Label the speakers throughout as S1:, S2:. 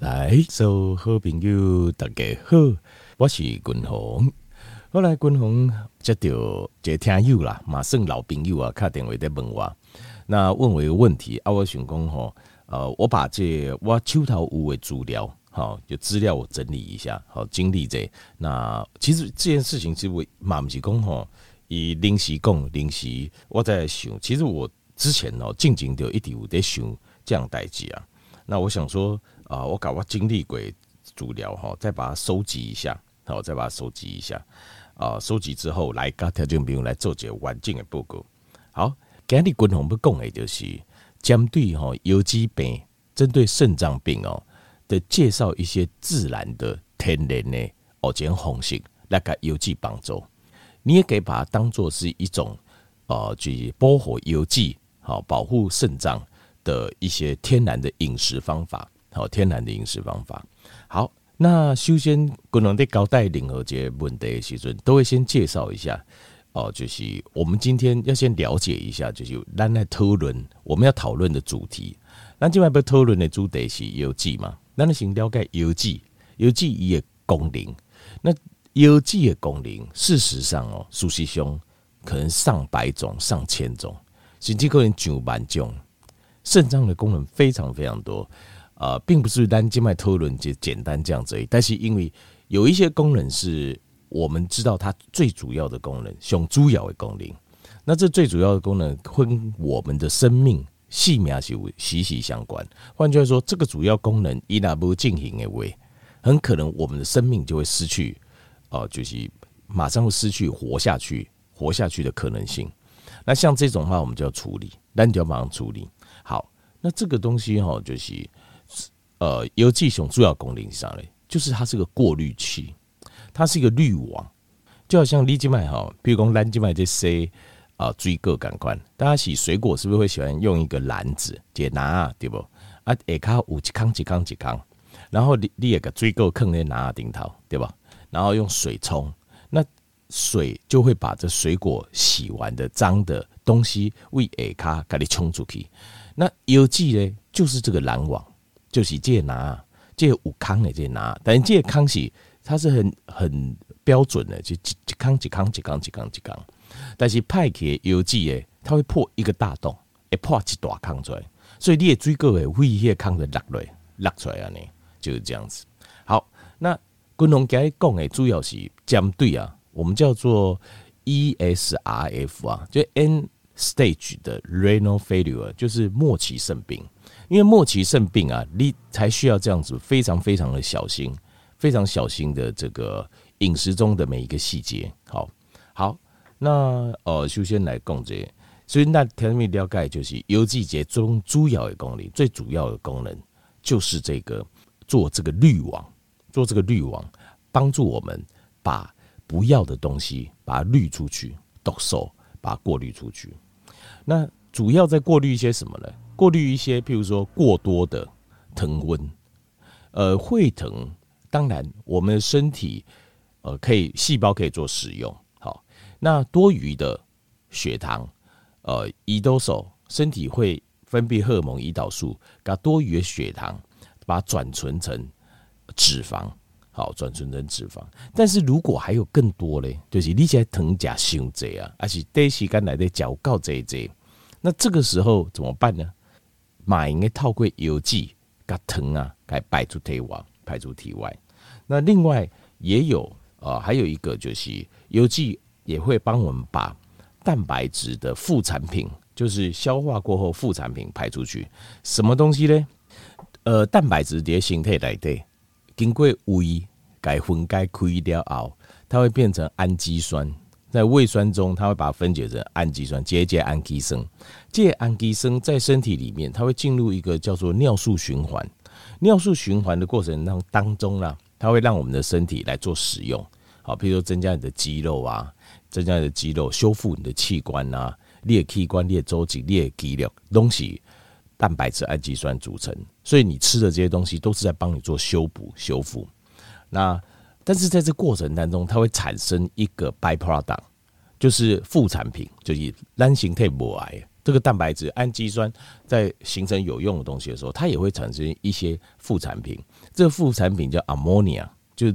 S1: 来，所有好朋友大家好，我是君鸿。后来君鸿接到一个听友啦，嘛算老朋友啊，打电话在问我，那问我一个问题啊，我想讲吼，我把我手头有的资料，好，有资料我整理一下，好，经历这。那其实这件事情，其实我嘛不是讲吼，以临时讲临时，我在想，其实我之前静静就一直有在想这样代志啊。那我想说我把我经历过资料再把它收集一下，好，再把它收集一下。收集之后来跟听众朋友来做一个完整的报告。好，今日君鸿要讲的就是针对游击病，针对肾脏病的介绍一些自然的天然的这种方式来给游击帮助。你也可以把它当作是一种就是保护游击、保护肾脏的一些天然的饮食方法。好，天然的饮食方法。好。那首先，君鸿在交代任何一个问题的时阵，都会先介绍一下就是我们今天要先了解一下，就是咱来讨论我们要讨论的主题。咱今晚要讨论的主题是药剂嘛？咱先了解药剂它的功能。那药剂的功能，事实上事实上可能上百种、上千种，甚至可能上万种。肾脏的功能非常非常多。并不是单静脉讨论就简单这样子而已，但是因为有一些功能是我们知道它最主要的功能，最主要的功能，那这最主要的功能跟我们的生命性命是息息相关。换句话说，这个主要功能一旦不进行的话，很可能我们的生命就会失去，就是马上会失去活下去的可能性。那像这种的话，我们就要处理，那你就要马上处理。好，那这个东西就是邮寄熊主要功能是啥呢？就是它是个过滤器，它是一个滤网，就好像你现在比如说咱现在在洗水果感官，大家洗水果是不是会喜欢用一个篮子，一个篮对不？下骹有一坑一坑一坑，然后你也把水果放在篮顶头，对吧？然后用水冲，那水就会把这水果洗完的脏的东西为下骹给你冲出去。那邮寄呢，就是这个拦网。就是这个拿，这个有坑的这个拿，但是这个坑是它是很标准的，就一坑一坑一坑一坑一坑。但是派去邮寄的，它会破一个大洞，会破一大坑出来，所以你的水果会为那个坑的落出来呢，就是这样子。好，那君鸿今日讲的主要是针对我们叫做 ESRF 就 End Stage 的 Renal Failure， 就是末期肾病。因为末期肾病你才需要这样子非常非常的小心，非常小心的这个饮食中的每一个细节。好，那首先来讲这个，所以那听你了解就是邮寄节中主要的功能，最主要的功能就是这个做这个滤网，帮助我们把不要的东西把它滤出去，毒素把它过滤出去。那主要在过滤一些什么呢？过滤一些，譬如说过多的疼温，会疼。当然，我们的身体细胞可以做使用。好，那多余的血糖，胰岛素，身体会分泌荷尔蒙胰岛素，把多余的血糖把它转存成脂肪。好，转存成脂肪。但是如果还有更多嘞，就是你现在糖吃太多还是短时间内的吃够多，那这个时候怎么办呢？马应该透过邮寄把糖给排出体外。那另外也有还有一个就是邮寄也会帮我们把蛋白质的副产品，就是消化过后副产品排出去。什么东西呢？蛋白质在身体内底经过胃给分解开了后，它会变成氨基酸。在胃酸中，它会把它分解成氨基酸，这氨基酸。这氨基酸在身体里面，它会进入一个叫做尿素循环。尿素循环的过程当中它会让我们的身体来做使用。好，比如说增加你的肌肉修复你的器官你的器官、你的周期、你的肌肉，东西蛋白质、氨基酸组成。所以你吃的这些东西都是在帮你做修复。但是在这过程当中，它会产生一个 byproduct， 就是副产品，就是咱身体不爱这个蛋白质氨基酸在形成有用的东西的时候，它也会产生一些副产品。这个副产品叫 ammonia， 就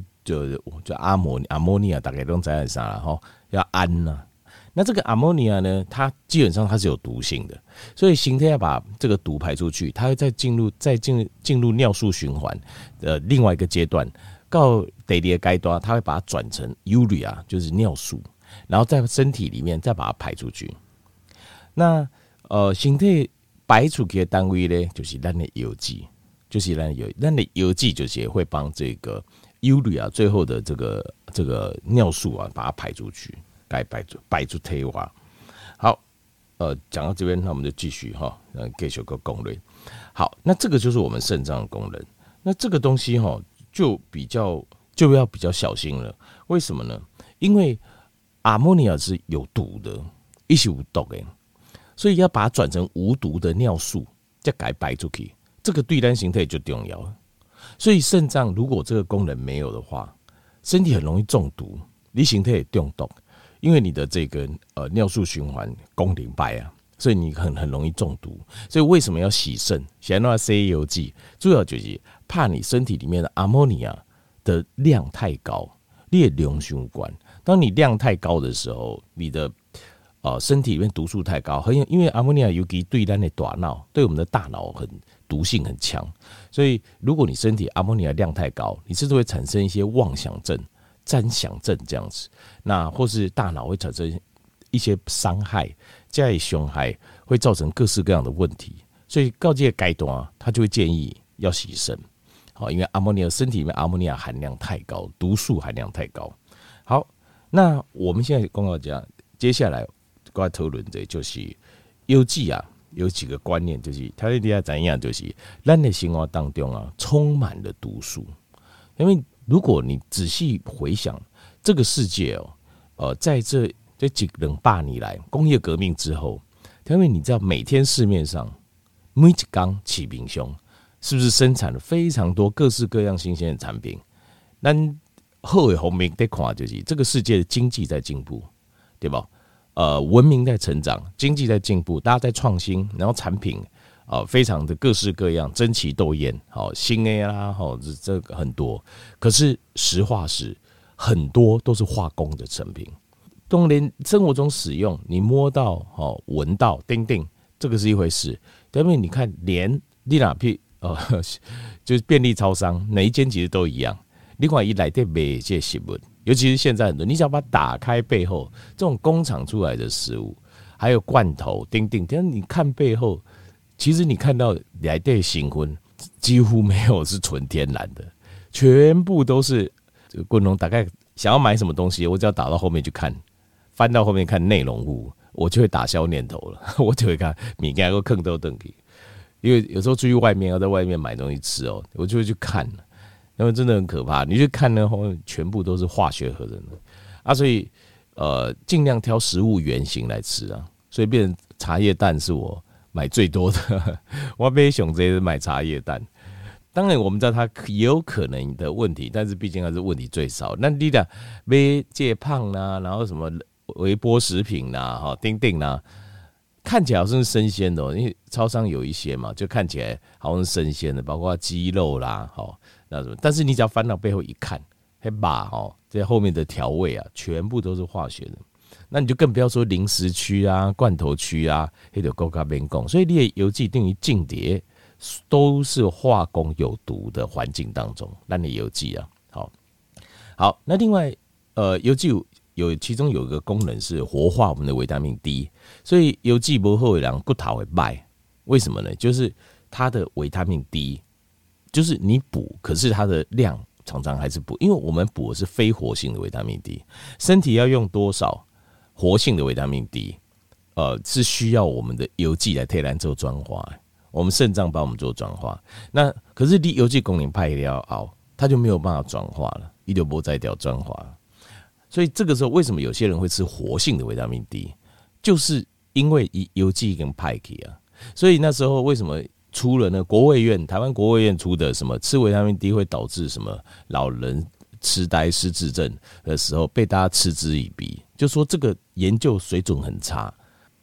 S1: ammonia， 大概都知道啥了哈，叫氨呐。那这个 ammonia 呢，它基本上它是有毒性的，所以形态要把这个毒排出去，它会再进入尿素循环的另外一个阶段，到第二个阶段，它会把它转成 urea， 就是尿素，然后在身体里面再把它排出去。那身体排出去的单位呢，就是咱的邮寄，就是咱的邮寄就是会帮这个 urea 最后的这个尿素啊，把它排出去，该排出体外。好，讲到这边，那我们就继续哈，继续个功能。好，那这个就是我们肾脏的功能。那这个东西哈，就要比较小心了。为什么呢？因为阿莫尼亚是有毒的，一是有毒的。所以要把它转成无毒的尿素，再改排出去，这个对咱身体就重要了。所以肾脏如果这个功能没有的话，身体很容易中毒，你身体也中毒，因为你的这个尿素循环功能败啊，所以你很容易中毒。所以为什么要洗肾？洗那洗油剂，主要就是怕你身体里面的阿莫尼亚的量太高，你的量太高。当你量太高的时候，你的身体里面毒素太高，因为阿莫尼亚尤其对咱的大脑，对我们的大脑毒性很强，所以如果你身体阿莫尼亚量太高，你甚至会产生一些妄想症、占想症这样子，那或是大脑会产生一些伤害，加以伤害会造成各式各样的问题，所以告诫该段他就会建议要洗肾，好，因为阿莫尼亚身体里面阿莫尼亚含量太高，毒素含量太高。好，那我们现在公告讲，接下来我要讨论的就是邮寄啊，有几个观念，就是他你要怎样，就是咱的生活当中啊，充满了毒素。因为如果你仔细回想这个世界在这几200年来，工业革命之后，因为你知道每天市面上每一天市面上是不是生产了非常多各式各样新鲜的产品？咱好的方面在看就是这个世界的经济在进步，对吧？文明在成长，经济在进步，大家在创新，然后产品非常的各式各样，争奇斗艳，新 A 啦，这个很多。可是实话是，很多都是化工的成品，都连生活中使用，你摸到、闻到、叮叮，这个是一回事。因为你看，连你哪批就是便利超商，哪一间其实都一样。另外一来对每件食物。尤其是现在很多，你只要把它打开背后，这种工厂出来的食物，还有罐头、叮叮，但是你看背后，其实你看到来对新婚几乎没有是纯天然的，全部都是滚龙。大概想要买什么东西，我只要打到后面去看，翻到后面看内容物，我就会打消念头了，我就会看米干个坑都登去，因为有时候出去外面要在外面买东西吃我就会去看。因为真的很可怕，你去看呢，全部都是化学合成的啊，所以尽量挑食物原型来吃啊，所以变成茶叶蛋是我买最多的，我买熊这些买茶叶蛋。当然我们知道它有可能的问题，但是毕竟还是问题最少。那你的买戒胖啦，然后什么微波食品啦、叮叮啦，看起来好像是生鲜的，因为超商有一些嘛，就看起来好像是生鲜的，包括鸡肉啦，那什么，但是你只要翻到背后一看，黑把这后面的调味啊，全部都是化学的。那你就更不要说零食区啊、罐头区啊，那就更加免讲。所以你的邮寄等于进碟，都是化工有毒的环境当中，那你邮寄啊，好。那另外，邮寄其中有一个功能是活化我们的维他命 D， 所以邮寄不好的人骨头会坏，为什么呢？就是它的维他命 D。就是你补，可是它的量常常还是补，因为我们补的是非活性的维他命 D， 身体要用多少活性的维他命 D，是需要我们的邮寄来替咱做转化，我们肾脏帮我们做转化。那可是你邮寄功能派了后，它就没有办法转化了，你就不再掉转化了。所以这个时候，为什么有些人会吃活性的维他命 D， 就是因为邮寄跟派去啊。所以那时候为什么？出了呢，台湾国卫院出的什么吃维他命 D 会导致什么老人痴呆失智症的时候，被大家嗤之以鼻，就说这个研究水准很差。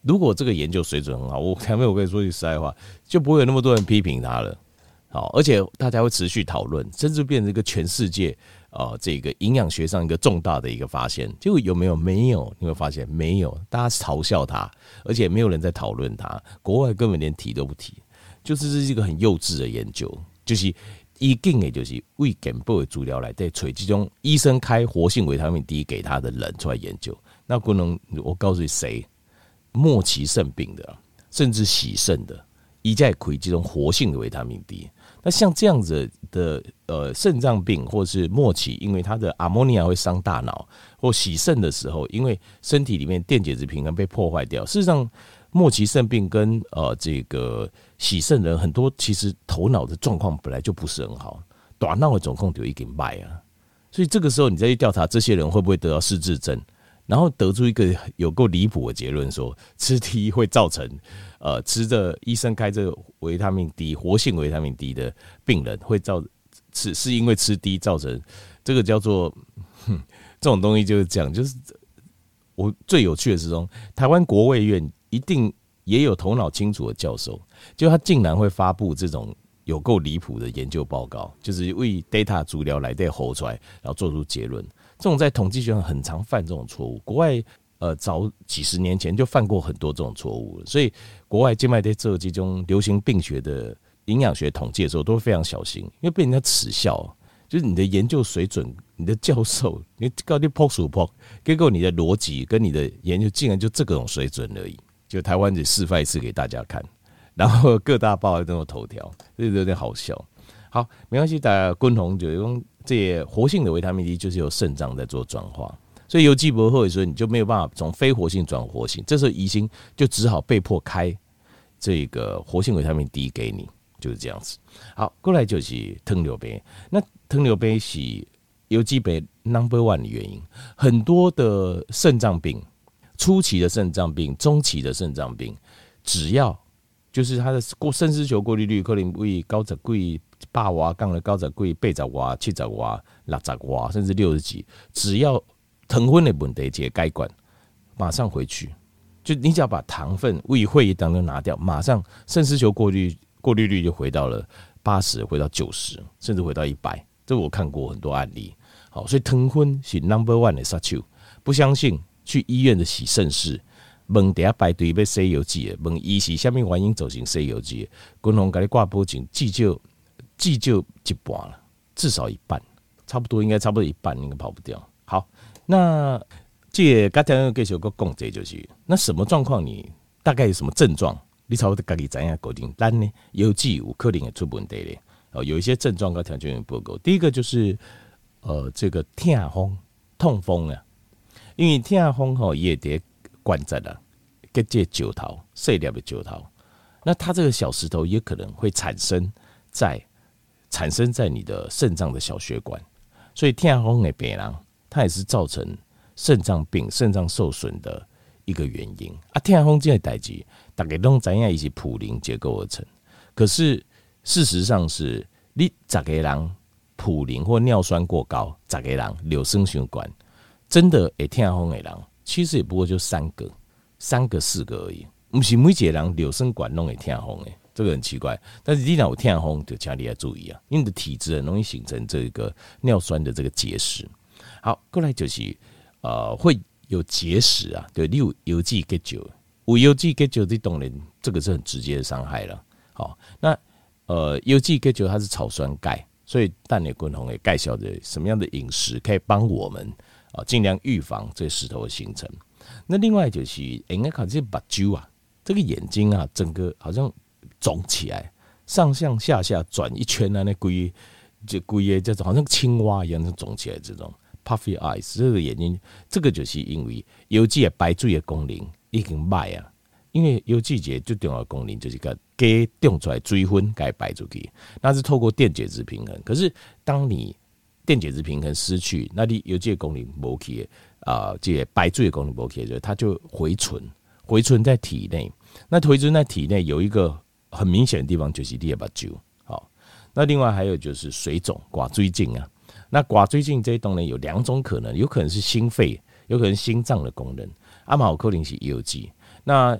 S1: 如果这个研究水准很好，我前面我跟你说句实在话，就不会有那么多人批评他了。好，而且大家会持续讨论，甚至变成一个全世界这个营养学上一个重大的一个发现。结果有没有？没有，你会发现没有，大家嘲笑他，而且没有人在讨论他，国外根本连提都不提，就是这是一个很幼稚的研究，就是伊竟的就是为健保的资料来在找这种医生开活性维他命 D 给他的人出来研究，那可能我告诉你谁，末期肾病的，甚至洗肾的，伊在开这种活性的维他命 D。那像这样子的肾脏病或是末期，因为它的阿莫尼亚会伤大脑，或洗肾的时候，因为身体里面电解质平衡被破坏掉。事实上，末期肾病跟这个洗肾人很多，其实头脑的状况本来就不是很好，大脑的状况就已经坏啊。所以这个时候你再去调查这些人会不会得到失智症，然后得出一个有够离谱的结论，说吃 T 会造成吃着医生开这个维他命 D 活性维他命 D 的病人会是因为吃 D 造成这个叫做这种东西就是这样。就是我最有趣的是说，台湾国卫院一定也有头脑清楚的教授，就他竟然会发布这种有够离谱的研究报告，就是为 data 资料来吼出来，然后做出结论。这种在统计学上很常犯这种错误，国外早几十年前就犯过很多这种错误了，所以国外现在在做这种流行病学的营养学统计的时候都会非常小心，因为被人家耻笑，就是你的研究水准，你的教授，你到底破数破，结果你的逻辑跟你的研究竟然就这种水准而已，就台湾只示范一次给大家看，然后各大报都有头条，这有点好笑。好，没关系，大家共同就用这些活性的维他命 D， 就是由肾脏在做转化，所以邮寄不后的时候，你就没有办法从非活性转活性，这时候医生就只好被迫开这个活性维他命 D 给你，就是这样子。好，过来就是糖尿病，那糖尿病是邮寄病 No.1 的原因，很多的肾脏病，初期的肾脏病、中期的肾脏病，只要就是它的肾丝球过滤率可能为90几、100瓦降了90几、80瓦、70瓦、60瓦，甚至60几，只要糖分的问题解改观，马上回去。就你只要把糖分胃会议当中拿掉，马上肾丝球过滤率就回到了80，回到90，甚至回到100。这我看过很多案例。好，所以糖分是 No.1 的杀手。不相信，去医院的洗肾室。问底下排队要洗邮寄的，问伊是什么原因造成洗邮寄的，军方给你挂保证，至少一半了，至少一半，差不多一半应该跑不掉。好，那这刚才继续讲这就是，那什么状况你大概有什么症状，你才会自己知道决定，但呢邮寄有可能会出问题的。有一些症状跟条件不够，第一个就是这个痛风啊，因为痛风也得关节啊，跟这石头细粒的石头，那它这个小石头也可能会产生在你的肾脏的小血管，所以痛风的病人，它也是造成肾脏病、肾脏受损的一个原因啊。痛风这个代志，大家都知道它是普林结构而成，可是事实上是，你10个人普林或尿酸过高，10个人瘤生血管，真的会痛风的人。其实也不过就3个、4个而已，不是每一个人瘤生管都会痛风的，这个很奇怪。但是你若有痛风，就请你要注意啊，因为你的体质很容易形成这个尿酸的这个结石。好，过来就是会有结石啊，对，你有邮寄结石，有邮寄结石，这当然这个是很直接的伤害了。好，那邮寄结石它是草酸钙，所以蛋也滚红也介绍的什么样的饮食可以帮我们尽量预防这石头的形成。那另外就是应该看这目睭啊，这个眼睛啊，整个好像肿起来，上上下下转一圈啊，那规个这种好像青蛙一样肿起来，这种 puffy eyes， 这个眼睛，这个就是因为邮寄的排水的功能已经坏啊。因为邮寄节最重要的功能就是个给冻出来水分该排出去，那是透过电解质平衡。可是当你电解质平衡失去，那你邮寄的功能没去这个排水的功能没去，它就回存在体内。那回存在体内有一个很明显的地方就是你的目睭。好，那另外还有就是水肿、挂水镜啊。那挂水镜这当然有2种可能，有可能是心肺，有可能心脏的功能，嘛有可能是邮寄。那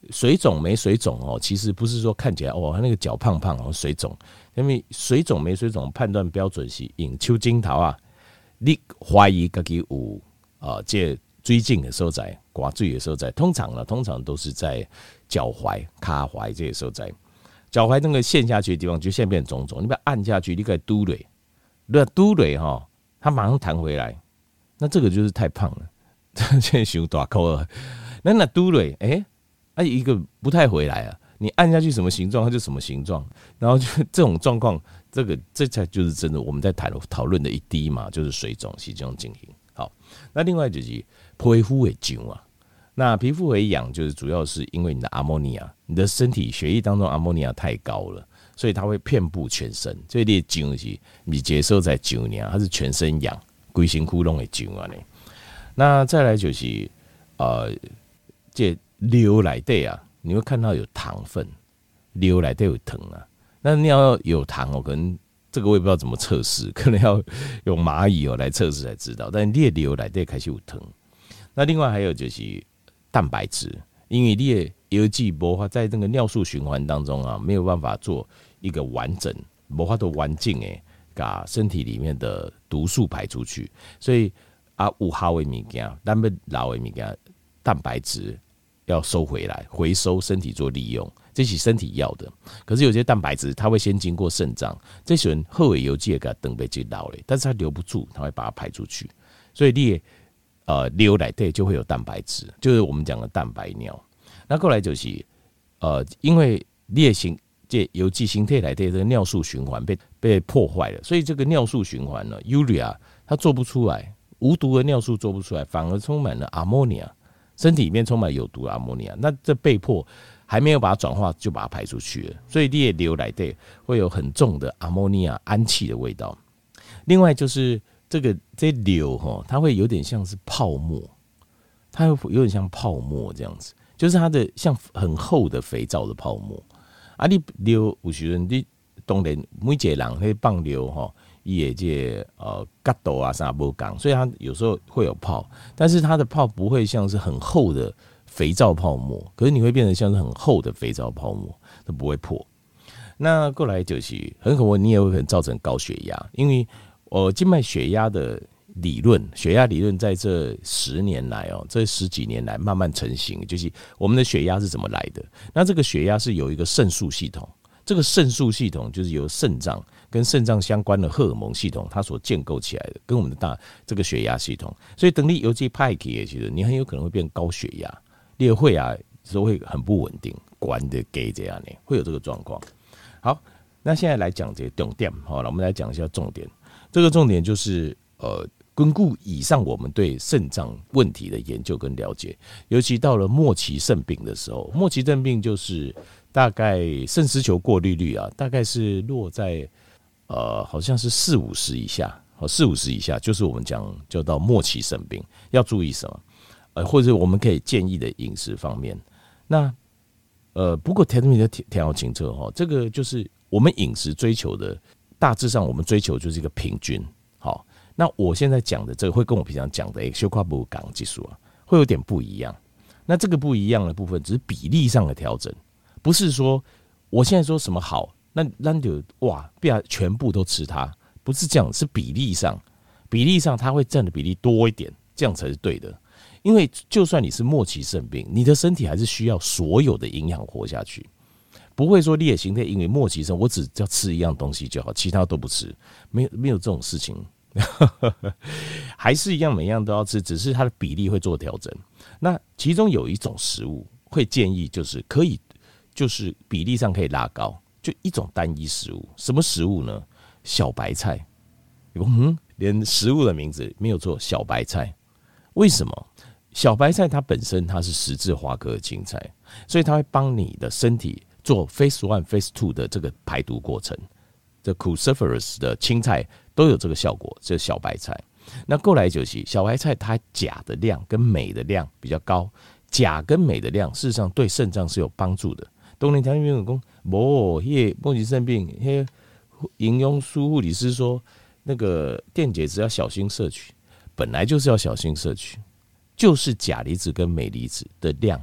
S1: 水肿没水肿哦，其实不是说看起来哦，他那个脚胖胖哦水肿，因为水肿没水肿判断标准是用手指头啊，你怀疑自己有这水肿的所在，刮水的所在，通常都是在脚踝、脚踝这些所在，脚踝那个陷下去的地方就现在变肿肿，你把它按下去，你可以嘟累，对吧？嘟累哈，它马上弹回来，那这个就是太胖了，现在胸大口了，那嘟累，一个不太回来啊，你按下去什么形状，它就什么形状，然后就这种状况，这才就是真的我们在讨论的一滴嘛，就是水肿是这种情形。好，那另外就是皮肤会痒啊，那皮肤会痒，就是主要是因为你的阿莫尼亚，你的身体血液当中阿莫尼亚太高了，所以它会遍布全身，所以你的痒是你接受在痒呢，它是全身痒，规身躯拢会痒啊呢。那再来就是这流内底啊，你会看到有糖分，流内底有糖啊。那你要有糖哦，可能这个我也不知道怎么测试，可能要用蚂蚁来测试才知道。但你的流内底开始有糖。那另外还有就是蛋白质，因为你的邮寄无法在那个尿素循环当中啊，没有办法做一个完整、无法都完整的把身体里面的毒素排出去，所以有效的物件，咱要老的物件，蛋白质要收回来，回收身体做利用，这是身体要的。可是有些蛋白质它会先经过肾脏，这时候后尾邮寄给它等被去捞了，但是它留不住，它会把它排出去，所以你流内底就会有蛋白质，就是我们讲的蛋白尿。那过来就是因为你的这邮寄形态内底这个尿素循环被破坏了，所以这个尿素循环呢 ，urea 它做不出来，无毒的尿素做不出来，反而充满了阿莫尼亚。身体里面充满有毒的阿莫尼亚，那这被迫还没有把它转化就把它排出去了，所以你的流内底会有很重的阿莫尼亚氨气的味道。另外就是这流它会有点像是泡沫，它会有点像泡沫这样子，就是它的像很厚的肥皂的泡沫啊。你流有时候你当然每一个人会放流也这角度啊啥不同，所以它有时候会有泡，但是它的泡不会像是很厚的肥皂泡沫，可是你会变得像是很厚的肥皂泡沫，它不会破。那过来就是很可能你也会可能造成高血压，因为静脉血压的理论，血压理论在这10年来这10几年来慢慢成型，就是我们的血压是怎么来的？那这个血压是有一个肾素系统。这个肾素系统就是由肾脏跟肾脏相关的荷尔蒙系统它所建构起来的，跟我们的这个血压系统。所以等你尤其派去，其实你很有可能会变高血压，你的血压都会很不稳定，管的给这样呢，会有这个状况。好，那现在来讲这个重点，好了，我们来讲一下重点。这个重点就是根据以上我们对肾脏问题的研究跟了解，尤其到了末期肾病的时候，末期肾病就是大概肾丝球过滤率啊，大概是落在好像是40-50以下，40-50以下就是我们讲就到末期肾病，要注意什么？或者我们可以建议的饮食方面。那不过田总调清楚这个就是我们饮食追求的，大致上我们追求就是一个平均。好，那我现在讲的这个会跟我平常讲的修跨步港技术会有点不一样。那这个不一样的部分只是比例上的调整。不是说我现在说什么好，那就哇，不要全部都吃它，不是这样，是比例上它会占的比例多一点，这样才是对的。因为就算你是末期肾病，你的身体还是需要所有的营养活下去，不会说你的形态因为末期肾，我只要吃一样东西就好，其他都不吃，没有这种事情，还是一样每样都要吃，只是它的比例会做调整。那其中有一种食物会建议，就是可以。就是比例上可以拉高，就一种单一食物。什么食物呢？小白菜。连食物的名字没有错，小白菜。为什么？小白菜它本身它是十字花科的青菜，所以它会帮你的身体做 Phase 1、Phase 2的这个排毒过程。这 cruciferous 的青菜都有这个效果，这小白菜。那过来就是小白菜，它钾的量跟镁的量比较高，钾跟镁的量事实上对肾脏是有帮助的。当然，听有人讲，末期肾病，营养师护理师说，那个电解质要小心摄取，本来就是要小心摄取，就是钾离子跟镁离子的量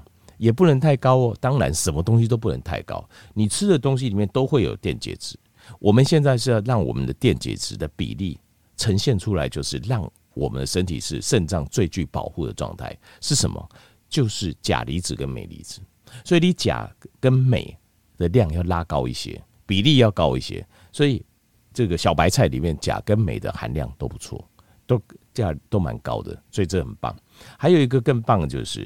S1: 也不能太高哦。当然，什么东西都不能太高，你吃的东西里面都会有电解质。我们现在是要让我们的电解质的比例呈现出来，就是让我们的身体是肾脏最具保护的状态。是什么？就是钾离子跟镁离子。所以你钾跟镁的量要拉高一些，比例要高一些。所以这个小白菜里面钾跟镁的含量都不错，都蛮高的，所以这很棒。还有一个更棒的就是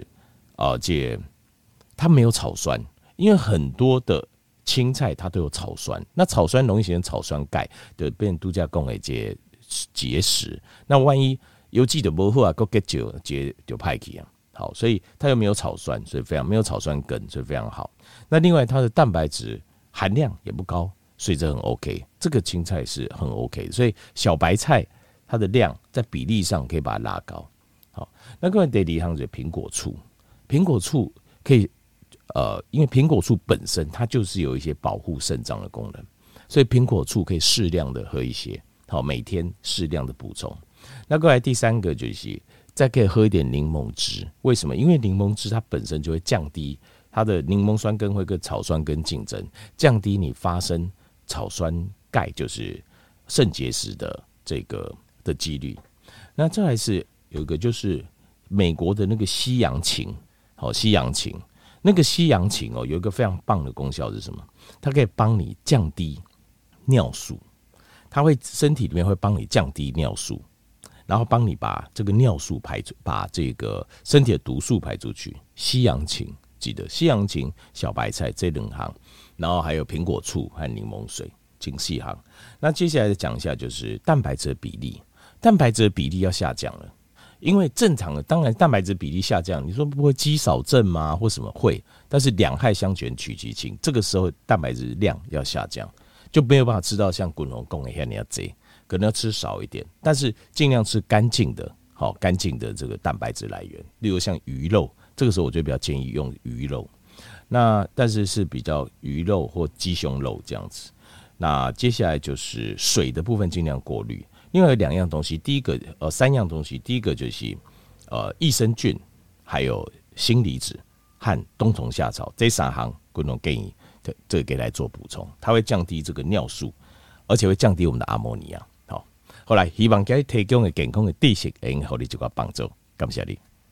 S1: 它没有草酸，因为很多的青菜它都有草酸，那草酸容易形成草酸钙，就变成度假讲的结石。那万一邮寄的不好啊，够结就派去啊。好，所以它又没有草酸，所以非常没有草酸根，所以非常好。那另外它的蛋白质含量也不高，所以这很 OK。这个青菜是很 OK 的，所以小白菜它的量在比例上可以把它拉高。好，那各位第二项就是苹果醋，苹果醋可以因为苹果醋本身它就是有一些保护肾脏的功能，所以苹果醋可以适量的喝一些，好，每天适量的补充。那过来第三个就是再可以喝一点柠檬汁，为什么？因为柠檬汁它本身就会降低它的柠檬酸根会跟草酸根竞争，降低你发生草酸钙就是肾结石的这个的几率。那再来是有一个就是美国的那个西洋芹，好，西洋芹那个西洋芹有一个非常棒的功效是什么？它可以帮你降低尿素，它会身体里面会帮你降低尿素。然后帮你把这个尿素排出，把这个身体的毒素排出去。西洋芹，记得西洋芹、小白菜这两行，然后还有苹果醋和柠檬水，请细行。那接下来讲一下就是蛋白质的比例，蛋白质的比例要下降了，因为正常的当然蛋白质比例下降，你说不会肌少症吗？或什么会？但是两害相权取其轻，这个时候蛋白质量要下降，就没有办法吃到像滚龙讲的那样多。可能要吃少一点，但是尽量吃干净的，好干净的这个蛋白质来源，例如像鱼肉，这个时候我就比较建议用鱼肉。那但是比较鱼肉或鸡胸肉这样子。那接下来就是水的部分尽量过滤。另外有两样东西，第一个三样东西，第一个就是益生菌，还有锌离子和冬虫夏草这三行，我都建议这个给来做补充，它会降低这个尿素，而且会降低我们的阿摩尼亚。好，后来希望今日提供的健康的知识，会给你这个帮助，感谢你。